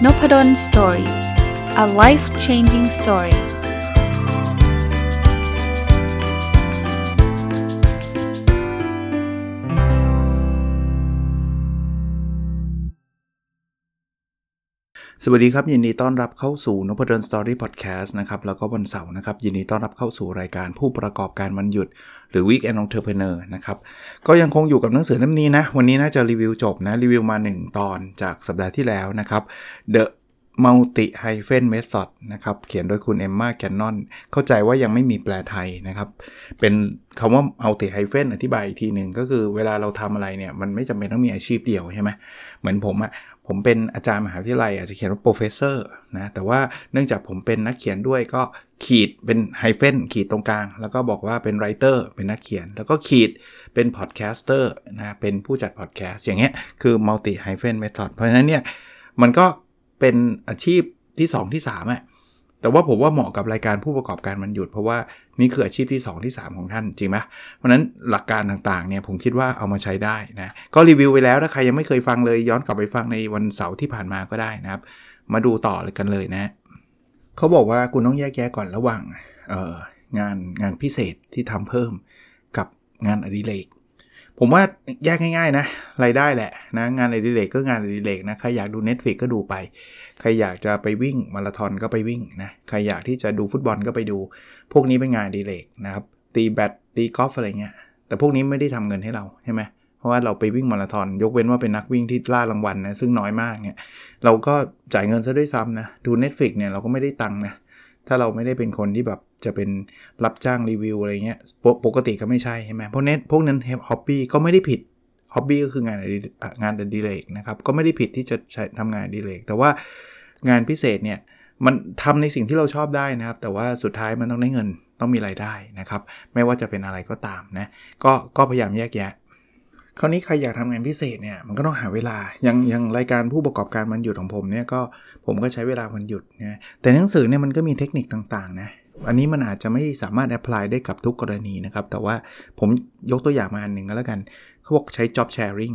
Noppadan Story. A life-changing story. สวัสดีครับยินดีต้อนรับเข้าสู่ Noppadan Story Podcast นะครับแล้วก็วันเสาร์นะครับยินดีต้อนรับเข้าสู่รายการผู้ประกอบการวันหยุดหรือ Weekend Entrepreneur นะครับก็ยังคงอยู่กับหนังสือเล่มนี้นะวันนี้น่าจะรีวิวจบนะรีวิวมา1ตอนจากสัปดาห์ที่แล้วนะครับ The Multi-Hyphen Method นะครับเขียนโดยคุณ Emma Cannon เข้าใจว่ายังไม่มีแปลไทยนะครับเป็นคำว่า Multi-Hyphen อธิบายอีกทีหนึ่งก็คือเวลาเราทำอะไรเนี่ยมันไม่จำเป็นต้องมีอาชีพเดียวใช่ไหมเหมือนผมเป็นอาจารย์มหาวิทยาลัยอาจจะเขียนว่า professor นะแต่ว่าเนื่องจากผมเป็นนักเขียนด้วยก็ขีดเป็นไฮเฟนขีดตรงกลางแล้วก็บอกว่าเป็น writer เป็นนักเขียนแล้วก็ขีดเป็น podcaster นะเป็นผู้จัด podcast อย่างเงี้ยคือ multi hyphen method เพราะฉะนั้นเนี่ยมันก็เป็นอาชีพที่2ที่3อ่ะแต่ว่าผมว่าเหมาะกับรายการผู้ประกอบการวันหยุดเพราะว่านี่คืออาชีพที่2ที่3ของท่านจริงไหมเพราะนั้นหลักการต่างๆเนี่ยผมคิดว่าเอามาใช้ได้นะก็รีวิวไปแล้วถ้าใครยังไม่เคยฟังเลยย้อนกลับไปฟังในวันเสาร์ที่ผ่านมาก็ได้นะครับมาดูต่อเลยกันเลยนะเขาบอกว่าคุณต้องแยกแยะก่อนระหว่างงานพิเศษที่ทำเพิ่มกับงานอดิเรกผมว่าแยกง่ายๆนะรายได้แหละนะงานอดิเรกก็งานอดิเรกนะใครอยากดู Netflix ก็ดูไปใครอยากจะไปวิ่งมาราธอนก็ไปวิ่งนะใครอยากที่จะดูฟุตบอลก็ไปดูพวกนี้เป็นงานอดิเรกนะครับตีแบดตีกอล์ฟอะไรเงี้ยแต่พวกนี้ไม่ได้ทำเงินให้เราใช่ไหมเพราะว่าเราไปวิ่งมาราธอนยกเว้นว่าเป็นนักวิ่งที่ล่ารางวัลนะซึ่งน้อยมากเนี่ยเราก็จ่ายเงินซะด้วยซ้ำนะดู Netflix เนี่ยเราก็ไม่ได้ตังค์นะถ้าเราไม่ได้เป็นคนที่แบบจะเป็นรับจ้างรีวิวอะไรเงี้ยปกติก็ไม่ใช่ใช่ไหมพวกนั้นฮ็อบบี้ก็ไม่ได้ผิดฮ็อบบี้ก็คืองานอดิเรกนะครับก็ไม่ได้ผิดที่จะใช้ทำงานอดิเรกแต่ว่างานพิเศษเนี่ยมันทำในสิ่งที่เราชอบได้นะครับแต่ว่าสุดท้ายมันต้องได้เงินต้องมีรายได้นะครับไม่ว่าจะเป็นอะไรก็ตามนะก็พยายามแยกแยะคราวนี้ใครอยากทำงานพิเศษเนี่ยมันก็ต้องหาเวลาอย่างรายการผู้ประกอบการวันหยุดของผมเนี่ยผมก็ใช้เวลาวันหยุดนะแต่หนังสือเนี่ยมันก็มีเทคนิคต่างๆนะอันนี้มันอาจจะไม่สามารถแอพพลายได้กับทุกกรณีนะครับแต่ว่าผมยกตัวอย่างมาอันหนึ่งก็แล้วกันเขาบอกใช้ job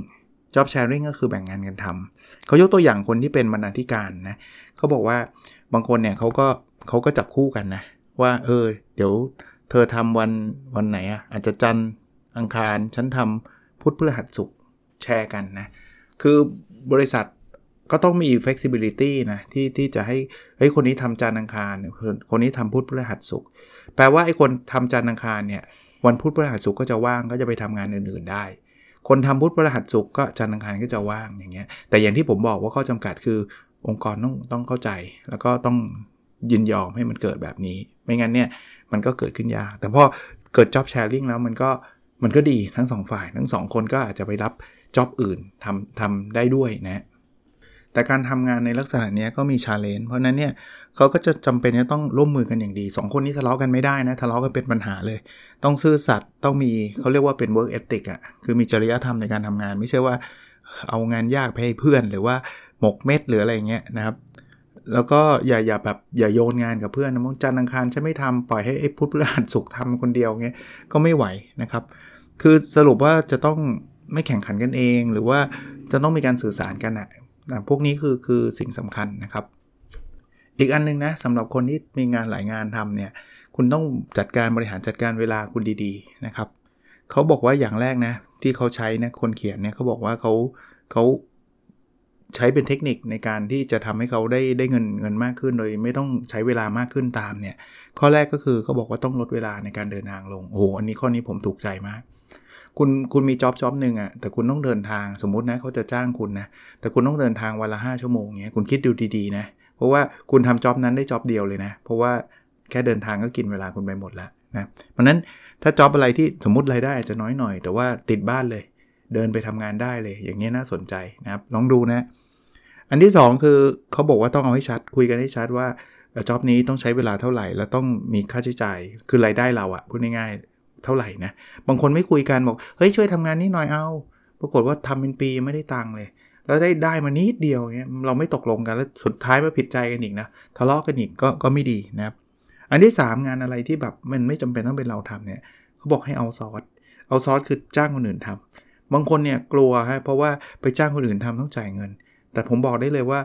sharing ก็คือแบ่งงานกันทำเขายกตัวอย่างคนที่เป็นบรรณาธิการนะเขาบอกว่าบางคนเนี่ยเขาก็จับคู่กันนะว่าเดี๋ยวเธอทำวันไหนอาจจะจันทร์อังคารฉันทำพุธพฤหัสศุกร์แชร์กันนะคือบริษัทก็ต้องมี flexibility นะที่จะให้คนนี้ทำจันทร์อังคารคนนี้ทำพุธพฤหัสศุกร์แปลว่าไอ้คนทำจันทร์อังคารเนี่ยวันพุธพฤหัสศุกร์ก็จะว่างก็จะไปทำงานอื่นๆได้คนทำพุธพฤหัสศุกร์ก็จันทร์อังคารก็จะว่างอย่างเงี้ยแต่อย่างที่ผมบอกว่าข้อจำกัดคือองค์กรต้องเข้าใจแล้วก็ต้องยินยอมให้มันเกิดแบบนี้ไม่งั้นเนี่ยมันก็เกิดขึ้นยากแต่พอเกิด job sharing แล้วมันก็ดีทั้ง2ฝ่ายทั้ง2คนก็อาจจะไปรับจ็อบอื่นทำได้ด้วยนะแต่การทำงานในลักษณะนี้ก็มี challenge เพราะนั้นเนี่ยเขาก็จะจำเป็นจะต้องร่วมมือกันอย่างดี2คนนี้ทะเลาะกันไม่ได้นะทะเลาะกันเป็นปัญหาเลยต้องซื่อสัตย์ต้องมีเขาเรียกว่าเป็น work ethic คือมีจริยธรรมในการทำงานไม่ใช่ว่าเอางานยากไปให้เพื่อนหรือว่าหมกเม็ดหรืออะไรเงี้ยนะครับแล้วก็อย่าโยนงานกับเพื่อนนะจันทร์อังคารฉันไม่ทำปล่อยให้พุธพฤหัสศุกร์ทำคนเดียวเงี้ยก็ไม่ไหวนะครับคือสรุปว่าจะต้องไม่แข่งขันกันเองหรือว่าจะต้องมีการสื่อสารกันพวกนี้คือสิ่งสำคัญนะครับอีกอันนึงนะสำหรับคนที่มีงานหลายงานทำเนี่ยคุณต้องบริหารจัดการเวลาคุณดีๆนะครับเขาบอกว่าอย่างแรกนะที่เขาใช้นะคนเขียนเนี่ยเขาบอกว่าเขาใช้เป็นเทคนิคในการที่จะทำให้เขาได้เงินมากขึ้นโดยไม่ต้องใช้เวลามากขึ้นตามเนี่ยข้อแรกก็คือเขาบอกว่าต้องลดเวลาในการเดินทางลงโอ้โหอันนี้ข้อนี้ผมถูกใจมากคุณมีจ็อบนึงแต่คุณต้องเดินทางสมมุตินะเขาจะจ้างคุณนะแต่คุณต้องเดินทางวันละ5ชั่วโมงเงี้ยคุณคิดดูดีๆนะเพราะว่าคุณทำจ็อบนั้นได้จ็อบเดียวเลยนะเพราะว่าแค่เดินทางก็กินเวลาคุณไปหมดแล้วนะเพราะนั้นถ้าจ็อบอะไรที่สมมุติรายได้อาจจะน้อยหน่อยแต่ว่าติดบ้านเลยเดินไปทำงานได้เลยอย่างเงี้ยน่าสนใจนะครับลองดูนะอันที่2คือเขาบอกว่าต้องเอาให้ชัดคุยกันให้ชัดว่าจ็อบนี้ต้องใช้เวลาเท่าไหร่แล้วต้องมีค่าใช้จ่ายคือรายได้เราพูดง่ายๆเท่าไหร่นะบางคนไม่คุยกันบอกเฮ้ยช่วยทำงานนิดหน่อยเอาปรากฏว่าทำเป็นปีไม่ได้ตังค์เลยแล้วได้มานิดเดียวเงี้ยเราไม่ตกลงกันแล้วสุดท้ายมาผิดใจกันอีกนะทะเลาะกันอีกก็ไม่ดีนะครับอันที่3งานอะไรที่แบบมันไม่จำเป็นต้องเป็นเราทำเนี่ยเขาบอกให้เอาซอสคือจ้างคนอื่นทำบางคนเนี่ยกลัวเพราะว่าไปจ้างคนอื่นทำต้องจ่ายเงินแต่ผมบอกได้เลยว่า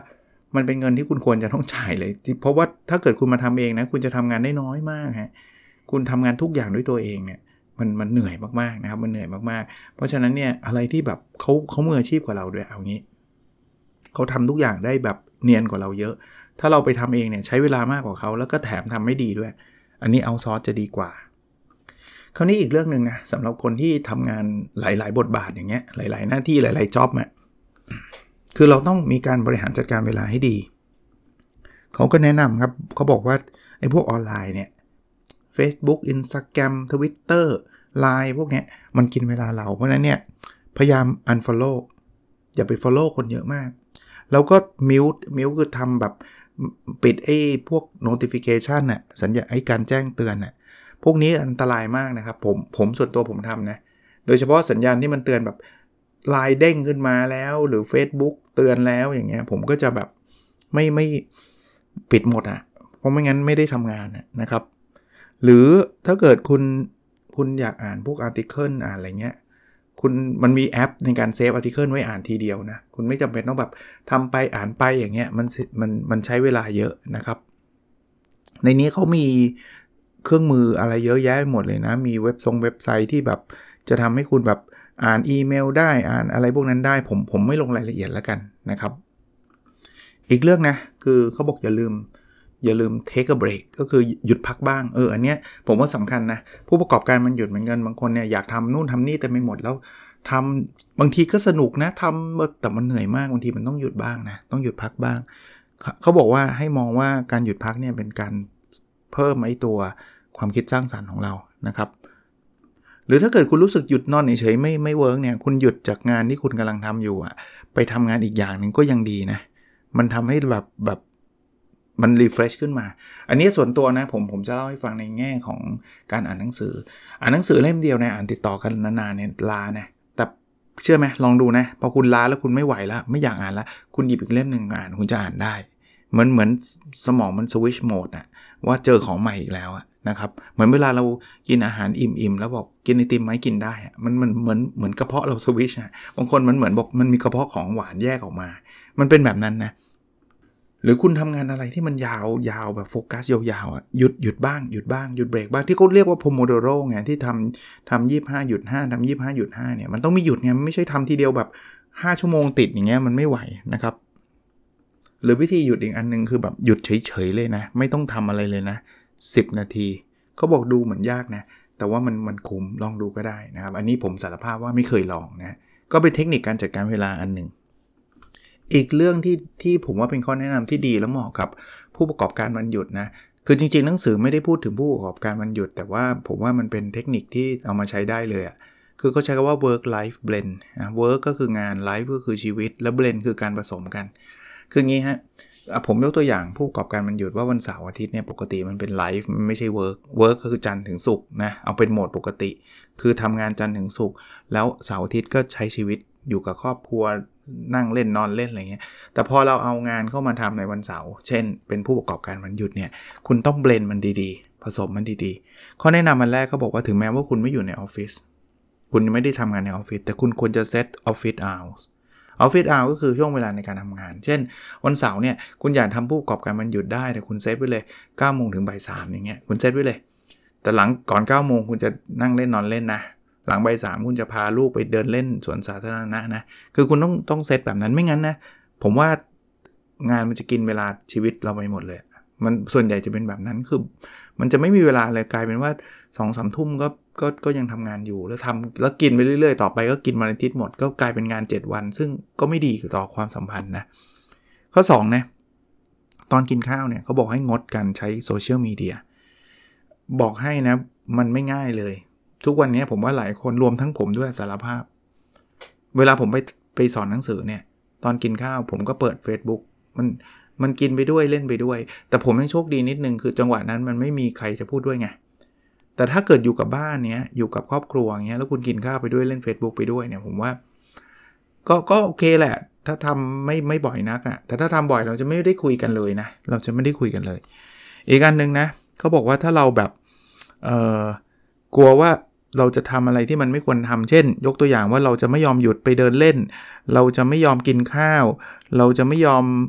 มันเป็นเงินที่คุณควรจะต้องจ่ายเลยเพราะว่าถ้าเกิดคุณมาทำเองนะคุณจะทำงานได้น้อยมากฮะคุณทำงานทุกอย่างด้วยตัวเองเนี่ยมันเหนื่อยมากๆนะครับมันเหนื่อยมากๆเพราะฉะนั้นเนี่ยอะไรที่แบบเขามืออาชีพกว่าเราด้วยเอางี้เขาทำทุกอย่างได้แบบเนียนกว่าเราเยอะถ้าเราไปทำเองเนี่ยใช้เวลามากกว่าเขาแล้วก็แถมทำไม่ดีด้วยอันนี้เอาซอร์สจะดีกว่าคราวนี้อีกเรื่องนึงนะสำหรับคนที่ทำงานหลายๆบทบาทอย่างเงี้ยหลายๆหน้าที่หลายๆจ็อบอะคือเราต้องมีการบริหารจัดการเวลาให้ดีเขาก็แนะนำครับเขาบอกว่าไอ้พวกออนไลน์เนี่ย Facebook Instagram Twitter Line พวกเนี้ยมันกินเวลาเราเพราะนั้นเนี่ยพยายาม unfollow อย่าไป follow คนเยอะมากแล้วก็ mute คือทำแบบปิดไอ้พวก notification น่ะสัญญาณไอ้การแจ้งเตือนน่ะพวกนี้อันตรายมากนะครับผมส่วนตัวผมทำนะโดยเฉพาะสัญญาณที่มันเตือนแบบ Line เด้งขึ้นมาแล้วหรือ Facebook เตือนแล้วอย่างเงี้ยผมก็จะแบบไม่ปิดหมดอ่ะเพราะไม่งั้นไม่ได้ทำงานนะครับหรือถ้าเกิดคุณอยากอ่านพวกอาร์ติเคิลอ่านอะไรเงี้ยมันมีแอปในการเซฟอาร์ติเคิลไว้อ่านทีเดียวนะคุณไม่จำเป็นต้องแบบทำไปอ่านไปอย่างเงี้ยมันใช้เวลาเยอะนะครับในนี้เขามีเครื่องมืออะไรเยอะแยะหมดเลยนะมีเว็บไซต์ที่แบบจะทำให้คุณแบบอ่านอีเมลได้อ่านอะไรพวกนั้นได้ผมไม่ลงรายละเอียดแล้วกันนะครับอีกเรื่องนะคือเขาบอกอย่าลืม take a break ก็คือหยุดพักบ้างอันเนี้ยผมว่าสำคัญนะผู้ประกอบการมันหยุดเหมือนกันบางคนเนี่ยอยากทำนู่นทำนี่แต่ไม่หมดแล้วทำบางทีก็สนุกนะทำแต่มันเหนื่อยมากบางทีมันต้องหยุดบ้างนะต้องหยุดพักบ้างเขาบอกว่าให้มองว่าการหยุดพักเนี่ยเป็นการเพิ่มไอ้ตัวความคิดสร้างสรรค์ของเรานะครับหรือถ้าเกิดคุณรู้สึกหยุดนอนเฉยๆไม่เวิร์กเนี่ยคุณหยุดจากงานที่คุณกำลังทำอยู่ไปทำงานอีกอย่างนึงก็ยังดีนะมันทำให้แบบมันรีเฟรชขึ้นมาอันนี้ส่วนตัวนะผมจะเล่าให้ฟังในแง่ของการอ่านหนังสือเล่มเดียวเนี่ยอ่านติดต่อกันนานๆเนี่ยล้านะแต่เชื่อไหมลองดูนะพอคุณล้าแล้วคุณไม่ไหวแล้วไม่อยากอ่านแล้วคุณหยิบอีกเล่มนึงอ่านคุณจะอ่านได้เหมือนสมองมันสวิตช์โหมดนะว่าเจอของใหม่อีกแล้วนะครับเหมือนเวลาเรากินอาหารอิ่มๆแล้วบอกกินไอติมไหมกินได้มันเหมือนกระเพาะเราสวิตช์บางคนมันเหมือนบอกมันมีกระเพาะของหวานแยกออกมามันเป็นแบบนั้นนะหรือคุณทำงานอะไรที่มันยาวแบบโฟกัสยาวๆหยุดบ้างหยุดเบรกบ้างที่เขาเรียกว่าโพโมโดโรไงที่ทำ25หยุด5ทำ25หยุด5เนี่ยมันต้องมีหยุดไงไม่ใช่ทำทีเดียวแบบ5ชั่วโมงติดอย่างเงี้ยมันไม่ไหวนะครับหรือวิธีหยุดอีกอันนึงคือแบบหยุดเฉยๆเลยนะไม่ต้องทำอะไรเลยนะ10นาทีเขาบอกดูเหมือนยากนะแต่ว่ามันคุ้มลองดูก็ได้นะครับอันนี้ผมสารภาพว่าไม่เคยลองนะก็เป็นเทคนิคการจัดการเวลาอันนึงอีกเรื่องที่ผมว่าเป็นข้อแนะนำที่ดีและเหมาะกับผู้ประกอบการวันหยุดนะคือจริงๆหนังสือไม่ได้พูดถึงผู้ประกอบการวันหยุดแต่ว่าผมว่ามันเป็นเทคนิคที่เอามาใช้ได้เลยคือเขาใช้คำว่า work life blend work ก็คืองาน life ก็คือชีวิตและ blend คือการผสมกันคืองี้ฮะผมยกตัวอย่างผู้ประกอบการวันหยุดว่าวันเสาร์อาทิตย์เนี่ยปกติมันเป็น life มันไม่ใช่ work ก็คือจันทร์ถึงศุกร์นะเอาเป็นโหมดปกติคือทำงานจันทร์ถึงศุกร์แล้วเสาร์อาทิตย์ก็ใช้ชีวิตอยู่กับครอบครัวนั่งเล่นนอนเล่นอะไรเงี้ยแต่พอเราเอางานเข้ามาทำในวันเสาร์เช่นเป็นผู้ประกอบการวันหยุดเนี่ยคุณต้องเบลนด์มันดีๆผสมมันดีๆข้อแนะนำอันแรกเขาบอกว่าถึงแม้ว่าคุณไม่อยู่ในออฟฟิศคุณไม่ได้ทำงานในออฟฟิศแต่คุณควรจะเซตออฟฟิศออฟฟิศก็คือช่วงเวลาในการทำงานเช่นวันเสาร์เนี่ยคุณอยากทำผู้ประกอบการวันหยุดได้แต่คุณเซตไว้เลย 9:00 นถึง 3:00 นอย่างเงี้ยคุณเซตไว้เลยแต่หลังก่อน 9:00 นคุณจะนั่งเล่นนอนเล่นนะหลัง 3:00 นคุณจะพาลูกไปเดินเล่นสวนสาธารณะนะคือคุณต้องเซตแบบนั้นไม่งั้นนะผมว่างานมันจะกินเวลาชีวิตเราไปหมดเลยมันส่วนใหญ่จะเป็นแบบนั้นคือมันจะไม่มีเวลาเลยกลายเป็นว่า 2-3 ทุ่มก็ยังทำงานอยู่แล้วกินไปเรื่อยๆต่อไปก็กินวันอาทิตย์หมดก็กลายเป็นงาน7วันซึ่งก็ไม่ดีต่อความสัมพันธ์นะข้อ2นะตอนกินข้าวเนี่ยเขาบอกให้งดการใช้โซเชียลมีเดียบอกให้นะมันไม่ง่ายเลยทุกวันนี้ผมว่าหลายคนรวมทั้งผมด้วยสารภาพเวลาผมไปสอนหนังสือเนี่ยตอนกินข้าวผมก็เปิด Facebook มันกินไปด้วยเล่นไปด้วยแต่ผมยังโชคดีนิดนึงคือจังหวะนั้นมันไม่มีใครจะพูดด้วยไงแต่ถ้าเกิดอยู่กับบ้านเนี้ยอยู่กับครอบครัวอย่างเงี้ยแล้วคุณกินข้าวไปด้วยเล่น Facebook ไปด้วยเนี่ยผมว่าก็โอเคแหละถ้าทำไม่บ่อยนักแต่ถ้าทำบ่อยเราจะไม่ได้คุยกันเลยนะเราจะไม่ได้คุยกันเลยอีกอันนึงนะเขาบอกว่าถ้าเราแบบกลัวว่าเราจะทำอะไรที่มันไม่ควรทำเช่นยกตัวอย่างว่าเราจะไม่ยอมหยุดไปเดินเล่นเราจะไม่ยอมกินข้าวเราจะไม่ยอม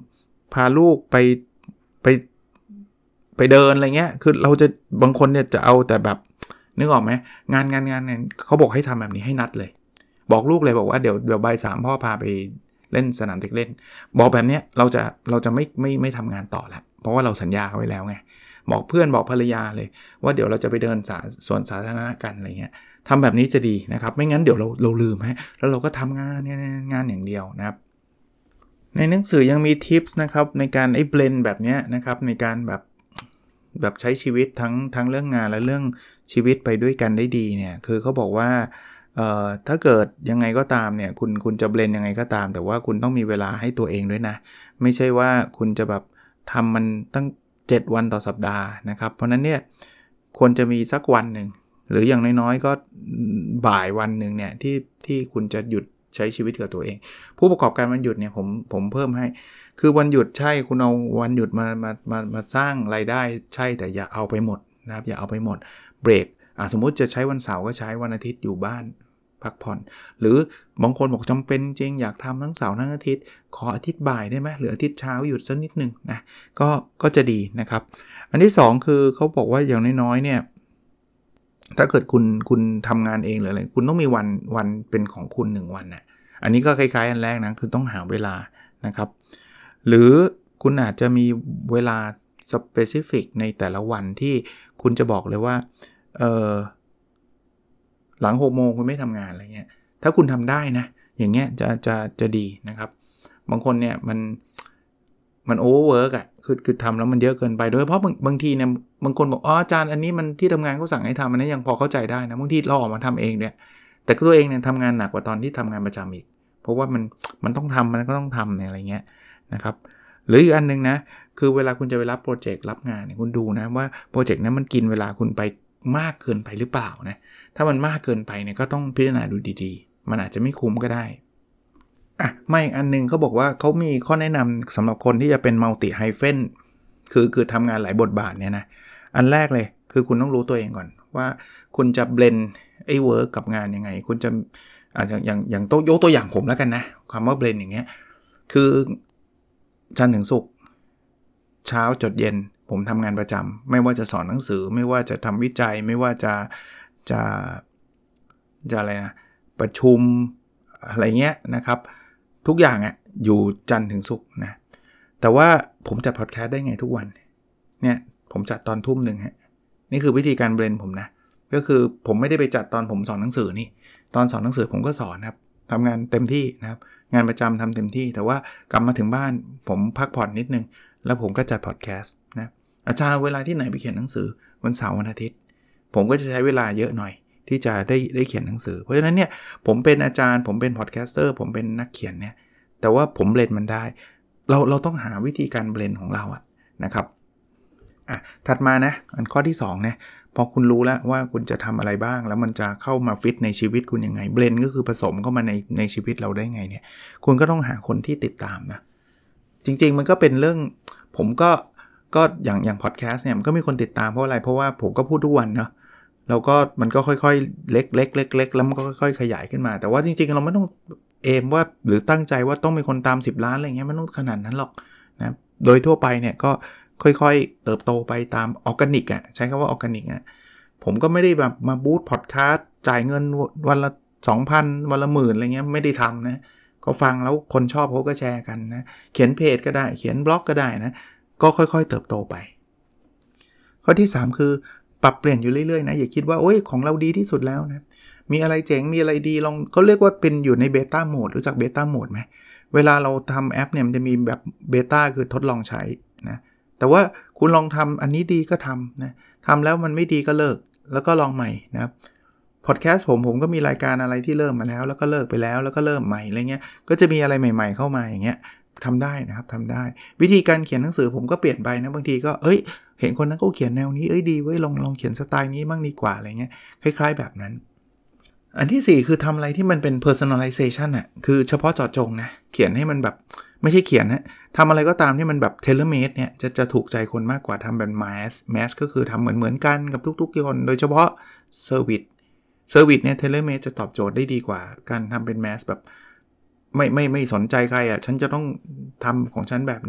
พาลูกไปเดินอะไรเงี้ยคือเราจะบางคนเนี่ยจะเอาแต่แบบนึกออกไหมงานเขาบอกให้ทำแบบนี้ให้นัดเลยบอกลูกเลยบอกว่าเดี๋ยวบ่าย 3พ่อพาไปเล่นสนามเด็กเล่นบอกแบบเนี้ยเราจะไม่ทำงานต่อละเพราะว่าเราสัญญาเขาไว้แล้วไงบอกเพื่อนบอกภรรยาเลยว่าเดี๋ยวเราจะไปเดินสวนสาธารณะกันอะไรเงี้ยทำแบบนี้จะดีนะครับไม่งั้นเดี๋ยวเราลืมฮะแล้วเราก็ทำงานอย่างเดียวนะครับในหนังสือยังมีทิปส์นะครับในการเบลนด์แบบนี้นะครับในการแบบใช้ชีวิตทั้งเรื่องงานและเรื่องชีวิตไปด้วยกันได้ดีเนี่ยคือเขาบอกว่าถ้าเกิดยังไงก็ตามเนี่ยคุณจะเบลนด์ยังไงก็ตามแต่ว่าคุณต้องมีเวลาให้ตัวเองด้วยนะไม่ใช่ว่าคุณจะแบบทำมันตั้ง7วันต่อสัปดาห์นะครับเพราะนั้นเนี่ยควรจะมีสักวันหนึ่งหรืออย่างน้อยๆก็บ่ายวันหนึ่งเนี่ยที่คุณจะหยุดใช้ชีวิตกับตัวเองผู้ประกอบการวันหยุดเนี่ยผมเพิ่มให้คือวันหยุดใช่คุณเอาวันหยุดมาสร้างรายได้ใช่แต่อย่าเอาไปหมดนะครับอย่าเอาไปหมดเบรกสมมุติจะใช้วันเสาร์ก็ใช้วันอาทิตย์อยู่บ้านพักผ่อนหรือบางคนบอกจำเป็นจริงอยากทำทั้งเสาร์ทั้งอาทิตย์ขออาทิตย์บ่ายได้ไหมหรืออาทิตย์เช้าหยุดสักนิดนึงนะก็จะดีนะครับอันที่2คือเขาบอกว่าอย่างน้อยๆเนี่ยถ้าเกิดคุณทำงานเองหรืออะไรคุณต้องมีวันเป็นของคุณ1วันนะอันนี้ก็คล้ายๆอันแรกนะคือต้องหาเวลานะครับหรือคุณอาจจะมีเวลา specific ในแต่ละวันที่คุณจะบอกเลยว่าหลัง6 โมงคุณไม่ทำงานอะไรเงี้ยถ้าคุณทำได้นะอย่างเงี้ยจะดีนะครับบางคนเนี่ยมันโอเวอร์เวิร์กอ่ะคือทำแล้วมันเยอะเกินไปโดยเฉพาะบางทีเนี่ยบางคนบอกอาจารย์อันนี้มันที่ทำงานเขาสั่งให้ทำอันนี้ยังพอเข้าใจได้นะบางทีเราออกมาทำเองเนี่ยแต่ตัวเองเนี่ยทำงานหนักกว่าตอนที่ทำงานประจำอีกเพราะว่ามันต้องทำมันก็ต้องทำอะไรเงี้ยนะครับหรืออีกอันนึงนะคือเวลาคุณจะไปรับโปรเจกต์รับงานเนี่ยคุณดูนะว่าโปรเจกต์นั้นมันกินเวลาคุณไปมากเกินไปหรือเปล่านะถ้ามันมากเกินไปเนี่ยก็ต้องพิจารณาดูดีๆมันอาจจะไม่คุ้มก็ได้ไม่อันนึงเขาบอกว่าเขามีข้อแนะนำสำหรับคนที่จะเป็นมัลติไฮเฟนคือทำงานหลายบทบาทเนี่ยนะอันแรกเลยคือคุณต้องรู้ตัวเองก่อนว่าคุณจะเบลนด์ไอ้เวิร์กกับงานยังไงคุณจะอย่างยกตัวอย่างผมแล้วกันนะคำว่าเบลนด์อย่างเงี้ยคือจันทร์ถึงศุกร์เช้าจดเย็นผมทำงานประจำไม่ว่าจะสอนหนังสือไม่ว่าจะทำวิจัยไม่ว่าจะอะไรนะประชุมอะไรเงี้ยนะครับทุกอย่างอยู่จันทร์ถึงศุกร์นะแต่ว่าผมจัดพอดแคสต์ได้ไงทุกวันเนี่ยผมจัดตอน 19:00 นฮะนี่คือวิธีการเบลนด์ผมนะก็คือผมไม่ได้ไปจัดตอนผมสอนหนังสือนี่ตอนสอนหนังสือผมก็สอนครับทำงานเต็มที่นะครับงานประจำทำเต็มที่แต่ว่ากลับมาถึงบ้านผมพักผ่อนนิดนึงแล้วผมก็จัดพอดแคสต์นะอาจารย์เอาเวลาที่ไหนไปเขียนหนังสือวันเสาร์วันอาทิตย์ผมก็จะใช้เวลาเยอะหน่อยที่จะได้เขียนหนังสือเพราะฉะนั้นเนี่ยผมเป็นอาจารย์ผมเป็นพอดแคสเตอร์ผมเป็นนักเขียนเนี่ยแต่ว่าผมเบลนด์มันได้เราต้องหาวิธีการเบลนด์ของเรานะครับถัดมานะอันข้อที่2นะพอคุณรู้แล้วว่าคุณจะทำอะไรบ้างแล้วมันจะเข้ามาฟิตในชีวิตคุณยังไงเบลนด์ก็คือผสมเข้ามาในชีวิตเราได้ไงเนี่ยคุณก็ต้องหาคนที่ติดตามนะจริงๆมันก็เป็นเรื่องผมก็อย่างพอดแคสต์เนี่ยมันก็มีคนติดตามเพราะอะไรเพราะว่าผมก็พูดทุกวันเนาะแล้วก็มันก็ค่อยๆเล็กแล้วมันก็ค่อยๆขยายขึ้นมาแต่ว่าจริงๆเราไม่ต้องเอมว่าหรือตั้งใจว่าต้องมีคนตาม10 ล้านอะไรเงี้ยไม่ต้องขนาดนั้นหรอกนะโดยทั่วไปเนี่ยก็ค่อยๆเติบโตไปตามออร์แกนิกใช้คำว่าออร์แกนิกผมก็ไม่ได้แบบมาบูสต์พอดแคสต์จ่ายเงินวันละ 2,000 วันละ 10,000อะไรเงี้ยไม่ได้ทำนะก็ฟังแล้วคนชอบเขาก็แชร์กันนะเขียนเพจก็ได้เขียนบล็อกก็ได้นะก็ค่อยๆเติบโตไปข้อที่3คือปรับเปลี่ยนอยู่เรื่อยๆนะอย่าคิดว่าโอ๊ยของเราดีที่สุดแล้วนะมีอะไรเจ๋งมีอะไรดีลองเขาเรียกว่าเป็นอยู่ในเบต้าโหมดรู้จักเบต้าโหมดไหมเวลาเราทำแอปเนี่ยมันจะมีแบบเบต้าคือทดลองใช้นะแต่ว่าคุณลองทำอันนี้ดีก็ทำนะทำแล้วมันไม่ดีก็เลิกแล้วก็ลองใหม่นะครับพอดแคสต์ผมก็มีรายการอะไรที่เริ่มมาแล้วก็เลิกไปแล้วก็เริ่มใหม่อะไรเงี้ยก็จะมีอะไรใหม่ๆเข้ามาอย่างเงี้ยทำได้นะครับทำได้วิธีการเขียนหนังสือผมก็เปลี่ยนไปนะบางทีก็เห็นคนนั้นเขาเขียนแนวนี้ดีเว้ยลองเขียนสไตล์นี้บ้างดีกว่าอะไรเงี้ยคล้ายๆแบบนั้นอันที่4คือทำอะไรที่มันเป็น personalization คือเฉพาะเจาะจงนะเขียนให้มันแบบไม่ใช่เขียนนะทำอะไรก็ตามที่มันแบบ tailor made เนี่ยจะถูกใจคนมากกว่าทำแบบ mass ก็คือทำเหมือนกันกับทุกๆคนโดยเฉพาะ service เนี่ย tailor made จะตอบโจทย์ได้ดีกว่าการทำเป็น mass แบบไม่สนใจใครฉันจะต้องทำของฉันแบบเนี้ย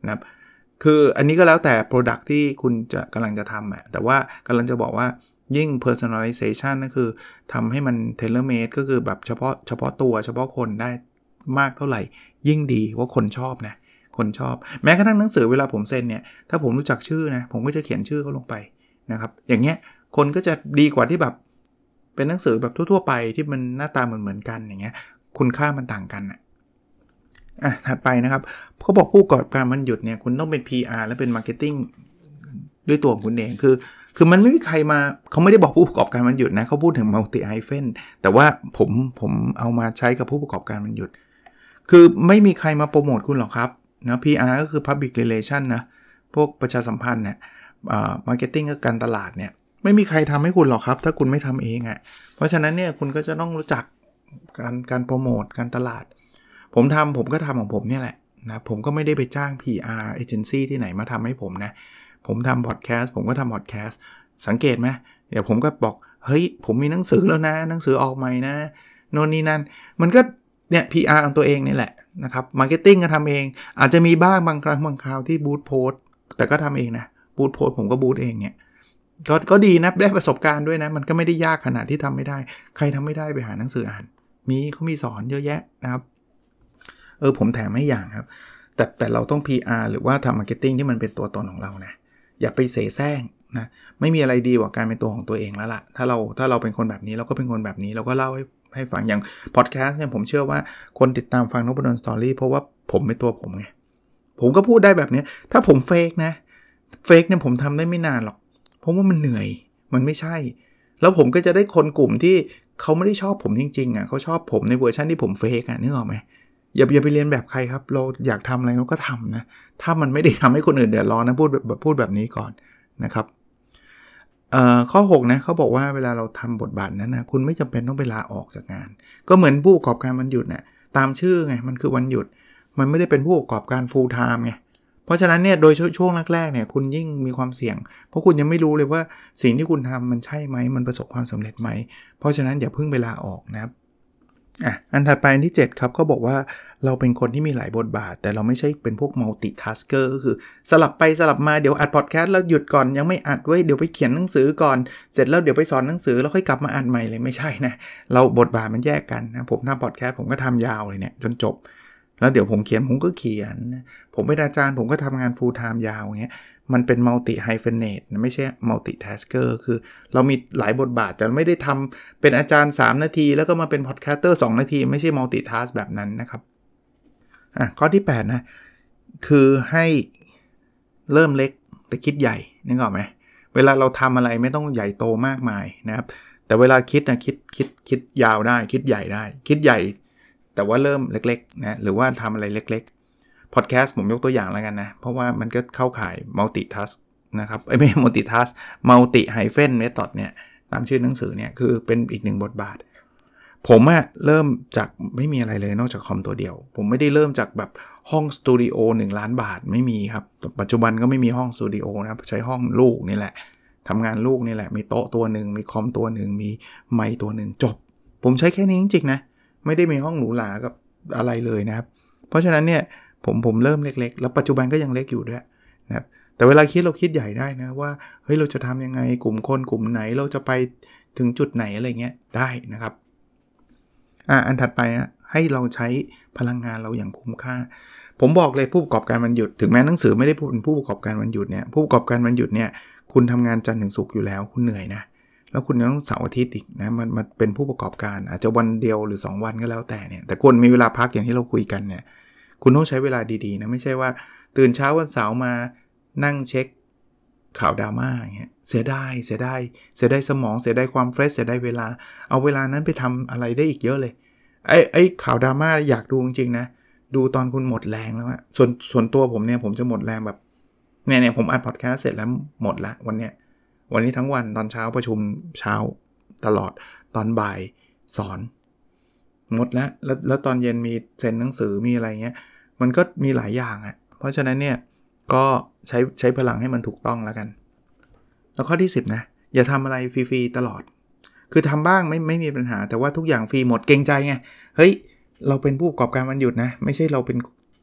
นะครับคืออันนี้ก็แล้วแต่ product ที่คุณจะกำลังจะทำแต่ว่ากำลังจะบอกว่ายิ่ง personalization ก็คือทำให้มัน tailor made ก็คือแบบเฉพาะตัวเฉพาะคนได้มากเท่าไหร่ยิ่งดีว่าคนชอบนะคนชอบแม้กระทั่งหนังสือเวลาผมเซ็นเนี่ยถ้าผมรู้จักชื่อนะผมก็จะเขียนชื่อเขาลงไปนะครับอย่างเงี้ยคนก็จะดีกว่าที่แบบเป็นหนังสือแบบทั่วๆไปที่มันหน้าตาเหมือนกันอย่างเงี้ยคุณค่ามันต่างกันถัดไปนะครับเขาบอกผู้ประกอบการมันหยุดเนี่ยคุณต้องเป็น PR และเป็น Marketing ด้วยตัวของคุณเองคือมันไม่มีใครมาเขาไม่ได้บอกผู้ประกอบการมันหยุดนะเขาพูดถึง multi hyphen แต่ว่าผมเอามาใช้กับผู้ประกอบการมันหยุดคือไม่มีใครมาโปรโมทคุณหรอกครับนะ PR ก็คือ Public Relation นะพวกประชาสัมพันธ์เนี่ยMarketing ก็การตลาดเนี่ยไม่มีใครทำให้คุณหรอกครับถ้าคุณไม่ทำเองเพราะฉะนั้นเนี่ยคุณก็จะต้องรู้จักการโปรโมทการตลาดผมก็ทำของผมเนี่ยแหละนะผมก็ไม่ได้ไปจ้าง PR agency ที่ไหนมาทำให้ผมนะผมทำพอดแคสต์ผมก็ทำพอดแคสต์สังเกตไหมเดี๋ยวผมก็บอกเฮ้ยผมมีหนังสือแล้วนะหนังสือออกใหม่นะโน่นนี่นั่นมันก็เนี่ย PR ของตัวเองนี่แหละนะครับ Marketing ก็ทำเองอาจจะมีบ้างบางครั้งบางคราวที่บูธโพสต์แต่ก็ทำเองนะบูธโพสต์ผมก็บูธเองเนี่ยก็ดีนะได้ประสบการณ์ด้วยนะมันก็ไม่ได้ยากขนาดที่ทำไม่ได้ใครทำไม่ได้ไปหาหนังสืออ่านเขามีสอนเยอะแยะนะครับผมแถมให้อย่างครับแต่เราต้อง PR หรือว่าทำ Marketing ที่มันเป็นตัวตนของเรานะอย่าไปเสแสร้งนะไม่มีอะไรดีกว่าการเป็นตัวของตัวเองแล้วล่ะถ้าเราเป็นคนแบบนี้เราก็เป็นคนแบบนี้เราก็เล่าให้ฟังอย่างพอดแคสต์เนี่ยผมเชื่อว่าคนติดตามฟังนพดลสตอรี่เพราะว่าผมเป็นตัวผมไงผมก็พูดได้แบบนี้ถ้าผมเฟกเนี่ยผมทำได้ไม่นานหรอกเพราะว่ามันเหนื่อยมันไม่ใช่แล้วผมก็จะได้คนกลุ่มที่เขาไม่ได้ชอบผมจริงๆเขาชอบผมในเวอร์ชันที่ผมเฟกนึกออกไหมอย่าไปเรียนแบบใครครับเราอยากทำอะไรเราก็ทำนะถ้ามันไม่ได้ทำให้คนอื่นเดือดร้อนนะพูดแบบนี้ก่อนนะครับข้อ6นะเขาบอกว่าเวลาเราทำบทบาทนั้นนะคุณไม่จำเป็นต้องไปลาออกจากงานก็เหมือนผู้ประกอบการวันหยุดนะตามชื่อไงมันคือวันหยุดมันไม่ได้เป็นผู้ประกอบการ full time ไงเพราะฉะนั้นเนี่ยโดยช่วงแรกๆเนี่ยคุณยิ่งมีความเสี่ยงเพราะคุณยังไม่รู้เลยว่าสิ่งที่คุณทำมันใช่ไหมมันประสบความสำเร็จไหมเพราะฉะนั้นอย่าเพิ่งไปลาออกนะครับอันถัดไปอันที่7ครับเขาบอกว่าเราเป็นคนที่มีหลายบทบาทแต่เราไม่ใช่เป็นพวก multitasker ก็คือสลับไปสลับมาเดี๋ยวอัดพอดแคสต์แล้วหยุดก่อนยังไม่อัดไว้เดี๋ยวไปเขียนหนังสือก่อนเสร็จแล้วเดี๋ยวไปสอนหนังสือแล้วค่อยกลับมาอัดใหม่เลยไม่ใช่นะเราบทบาทมันแยกกันนะผมทำพอดแคสต์ผมก็ทำยาวเลยเนี่ยจนจบแล้วเดี๋ยวผมเขียนผมก็เขียนผมเป็นอาจารย์ผมก็ทำงาน full time ยาวอย่างเงี้ยมันเป็น multi hyphenate ไม่ใช่ multitasker คือเรามีหลายบทบาทแต่ไม่ได้ทำเป็นอาจารย์3นาทีแล้วก็มาเป็นพอดแคสเตอร์2นาทีไม่ใช่ multitask แบบนั้นนะครับข้อที่8นะคือให้เริ่มเล็กแต่คิดใหญ่นึกออกไหมเวลาเราทำอะไรไม่ต้องใหญ่โตมากมายนะครับแต่เวลาคิดนะคิดยาวได้คิดใหญ่ได้คิดใหญ่แต่ว่าเริ่มเล็กๆนะหรือว่าทำอะไรเล็กๆพอดแคสต์ผมยกตัวอย่างแล้วกันนะเพราะว่ามันก็เข้าข่าย multitask นะครับไม่ multitask multi hyphen method เนี่ยตามชื่อหนังสือเนี่ยคือเป็นอีกหนึ่งบทบาทผมเริ่มจากไม่มีอะไรเลยนอกจากคอมตัวเดียวผมไม่ได้เริ่มจากแบบห้องสตูดิโอ1 ล้านบาทไม่มีครับปัจจุบันก็ไม่มีห้องสตูดิโอนะครับใช้ห้องลูกนี่แหละทำงานลูกนี่แหละมีโต๊ะตัวนึงมีคอมตัวนึงมีไมค์ตัวนึงจบผมใช้แค่นี้จริงๆนะไม่ได้มีห้องหรูหรากับอะไรเลยนะครับเพราะฉะนั้นเนี่ยผมเริ่มเล็กๆแล้วปัจจุบันก็ยังเล็กอยู่ด้วยนะครับแต่เวลาคิดเราคิดใหญ่ได้นะว่าเฮ้ยเราจะทำยังไงกลุ่มคนกลุ่มไหนเราจะไปถึงจุดไหนอะไรเงี้ยได้นะครับอันถัดไปให้เราใช้พลังงานเราอย่างคุ้มค่าผมบอกเลยผู้ประกอบการวันหยุดถึงแม้หนังสือไม่ได้พูดเป็นผู้ประกอบการวันหยุดเนี่ยผู้ประกอบการวันหยุดเนี่ยคุณทำงานจันทร์ถึงศุกร์อยู่แล้วคุณเหนื่อยนะแล้วคุณต้องเสาร์อาทิตย์อีกนะมันเป็นผู้ประกอบการอาจจะวันเดียวหรือ2วันก็แล้วแต่เนี่ยแต่คนมีเวลาพักอย่างที่เราคุยกันเนี่ยคุณต้องใช้เวลาดีๆนะไม่ใช่ว่าตื่นเช้าวันเสาร์มานั่งเช็คข่าวดราม่าอย่างเงี้ยเสียดายสมองเสียดายความเฟรชเสียดายเวลาเอาเวลานั้นไปทำอะไรได้อีกเยอะเลยไอ้ข่าวดราม่าอยากดูจริงๆนะดูตอนคุณหมดแรงแล้วส่วนตัวผมเนี่ยผมจะหมดแรงแบบเนี่ยผมอัดพอดแคสต์เสร็จแล้วหมดละวันนี้ทั้งวันตอนเช้าประชุมเช้าตลอดตอนบ่ายสอนหมดแล้วตอนเย็นมีเซ็นหนังสือมีอะไรเงี้ยมันก็มีหลายอย่างเพราะฉะนั้นเนี่ยก็ใช้พลังให้มันถูกต้องแล้วกันแล้วข้อที่10นะอย่าทำอะไรฟรีๆตลอดคือทำบ้างไม่มีปัญหาแต่ว่าทุกอย่างฟรีหมดเกรงใจไงเฮ้ยเราเป็นผู้ประกอบการวันหยุดนะไม่ใช่เราเป็น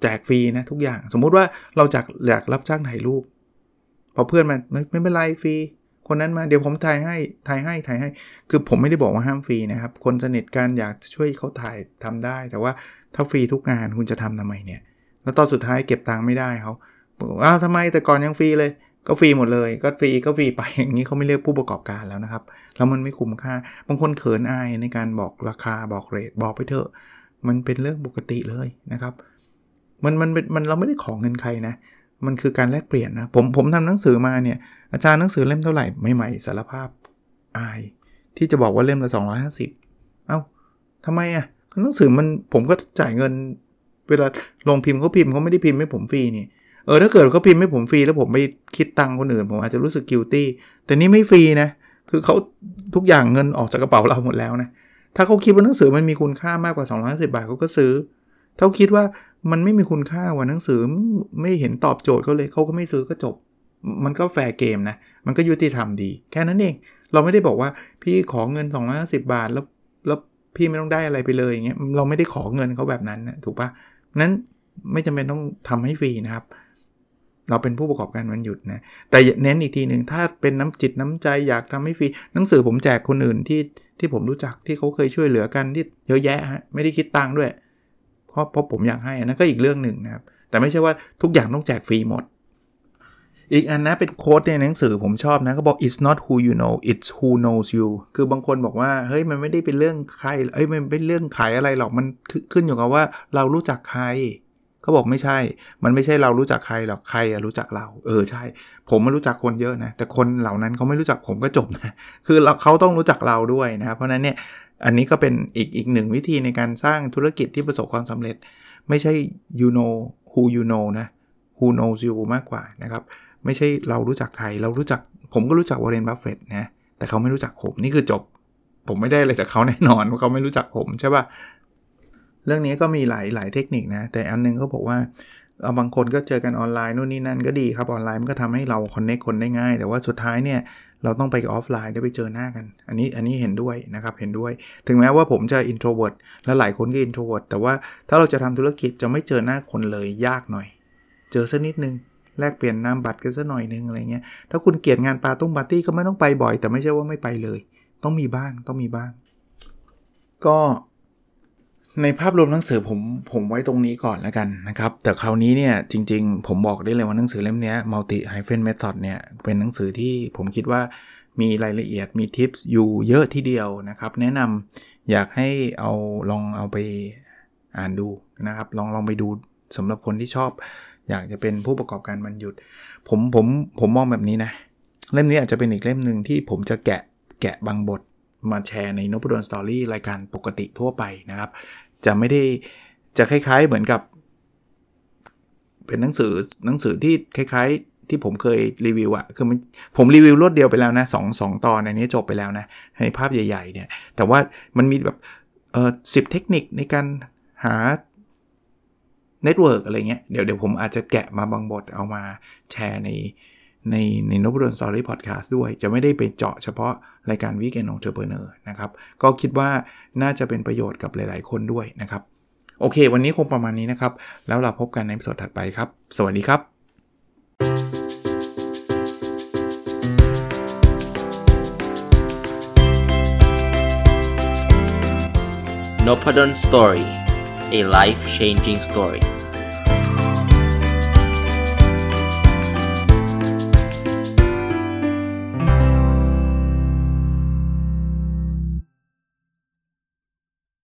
แจกฟรีนะทุกอย่างสมมุติว่าเราอยากรับจ้างถ่ายรูปพอเพื่อนมาไม่เป็นไรฟรีคนนั้นมาเดี๋ยวผมถ่ายให้คือผมไม่ได้บอกว่าห้ามฟรีนะครับคนสนิทกันอยากช่วยเขาถ่ายทำได้แต่ว่าถ้าฟรีทุกงานคุณจะทำทำไมเนี่ยแล้วตอนสุดท้ายเก็บตังค์ไม่ได้เขาอ้าวทำไมแต่ก่อนยังฟรีเลยก็ฟรีหมดเลยก็ฟรีไปอย่างนี้เขาไม่เรียกผู้ประกอบการแล้วนะครับแล้วมันไม่คุ้มค่าบางคนเขินอายในการบอกราคาบอกเรทบอกไปเถอะมันเป็นเรื่องปกติเลยนะครับมันเราไม่ได้ขอเงินใครนะมันคือการแลกเปลี่ยนนะผมทำหนังสือมาเนี่ยอาจารย์หนังสือเล่มเท่าไหร่ใหม่ๆสารภาพอายที่จะบอกว่าเล่มละ250เอ้าทำไมอ่ะหนังสือมันผมก็จ่ายเงินเวลาลงพิมพ์เขาไม่ได้พิมพ์ให้ผมฟรีนี่ถ้าเกิดเขาพิมพ์ให้ผมฟรีแล้วผมไปคิดตังค์คนอื่นผมอาจจะรู้สึก guilty แต่นี่ไม่ฟรีนะคือเขาทุกอย่างเงินออกจากกระเป๋าเราหมดแล้วนะถ้าเขาคิดว่าหนังสือมันมีคุณค่ามากกว่า250บาทเขาก็ซื้อถ้าคิดว่ามันไม่มีคุณค่าว่าหนังสือไม่เห็นตอบโจทย์เขาเลยเขาก็ไม่ซื้อก็จบมันก็แฟร์เกมนะมันก็ยุติธรรมดีแค่นั้นเองเราไม่ได้บอกว่าพี่ขอเงิน250บาทแล้วพี่ไม่ต้องได้อะไรไปเลยอย่างเงี้ยเราไม่ได้ขอเงินเขาแบบนั้นนะถูกปะนั้นไม่จำเป็นต้องทำให้ฟรีนะครับเราเป็นผู้ประกอบการวันหยุดนะแต่เน้นอีกทีนึงถ้าเป็นน้ำจิตน้ำใจอยากทำให้ฟรีหนังสือผมแจกคนอื่นที่ผมรู้จักที่เขาเคยช่วยเหลือกันที่เยอะแยะฮะไม่ได้คิดตังค์ด้วยเพราะผมอยากให้นั่นก็อีกเรื่องหนึ่งนะครับแต่ไม่ใช่ว่าทุกอย่างต้องแจกฟรีหมดอีกอันนะเป็นโค้ดในหนังสือผมชอบนะเขาบอก it's not who you know it's who knows you คือบางคนบอกว่าเฮ้ยมันไม่ได้เป็นเรื่องใครมันเป็นเรื่องขายอะไรหรอกมันขึ้นอยู่กับว่าเรารู้จักใครเขาบอกไม่ใช่มันไม่ใช่เรารู้จักใครหรอกใครรู้จักเราใช่ผมไม่รู้จักคนเยอะนะแต่คนเหล่านั้นเขาไม่รู้จักผมก็จบนะคือเขาต้องรู้จักเราด้วยนะครับเพราะนั้นเนี่ยอันนี้ก็เป็นอีกหนึ่งวิธีในการสร้างธุรกิจที่ประสบความสำเร็จไม่ใช่ you know who you know นะ who knows you มากกว่านะครับไม่ใช่เรารู้จักใครเรารู้จักผมก็รู้จักวอร์เรน บัฟเฟตต์นะแต่เขาไม่รู้จักผมนี่คือจบผมไม่ได้อะไรจากเขาแน่นอนว่าเขาไม่รู้จักผมใช่ป่ะเรื่องนี้ก็มีหลายเทคนิคนะแต่อันนึงเขาบอกว่าบางคนก็เจอกันออนไลน์นู่นนี่นั่นก็ดีครับออนไลน์มันก็ทำให้เราคอนเนคคนได้ง่ายแต่ว่าสุดท้ายเนี่ยเราต้องไปออฟไลน์ได้ไปเจอหน้ากันอันนี้เห็นด้วยนะครับเห็นด้วยถึงแม้ว่าผมจะ introvert และหลายคนก็ introvert แต่ว่าถ้าเราจะทำธุรกิจจะไม่เจอหน้าคนเลยยากหน่อยเจอสักนิดนึงแลกเปลี่ยนนามบัตรกันสักหน่อยนึงอะไรเงี้ยถ้าคุณเกลียดงานปาร์ตี้ก็ไม่ต้องไปบ่อยแต่ไม่ใช่ว่าไม่ไปเลยต้องมีบ้างก็ในภาพรวมหนังสือผมไว้ตรงนี้ก่อนแล้วกันนะครับแต่คราวนี้เนี่ยจริงๆผมบอกได้เลยว่าหนังสือเล่มนี้ Multi-Method เนี่ยเป็นหนังสือที่ผมคิดว่ามีรายละเอียดมีทิปส์อยู่เยอะทีเดียวนะครับแนะนำอยากให้ลองเอาไปอ่านดูนะครับลองไปดูสำหรับคนที่ชอบอยากจะเป็นผู้ประกอบการวันหยุดผมมองแบบนี้นะเล่มนี้อาจจะเป็นอีกเล่มนึงที่ผมจะแกะบางบทมาแชร์ในนพดลสตอรี่รายการปกติทั่วไปนะครับจะไม่ได้จะคล้ายๆเหมือนกับเป็นหนังสือที่คล้ายๆที่ผมเคยรีวิวอ่ะคือผมรีวิวรวดเดียวไปแล้วนะ2ตอนอันนี้จบไปแล้วนะในภาพใหญ่ๆเนี่ยแต่ว่ามันมีแบบ10เทคนิคในการหาเน็ตเวิร์กอะไรเงี้ยเดี๋ยวผมอาจจะแกะมาบางบทเอามาแชร์ในนพดล Story Podcast ด้วยจะไม่ได้ไปเจาะเฉพาะรายการ Weekend Entrepreneur นะครับก็คิดว่าน่าจะเป็นประโยชน์กับหลายๆคนด้วยนะครับโอเควันนี้คงประมาณนี้นะครับแล้วเราพบกันในตอนถัดไปครับสวัสดีครับ Nopadon Story, a life-changing story.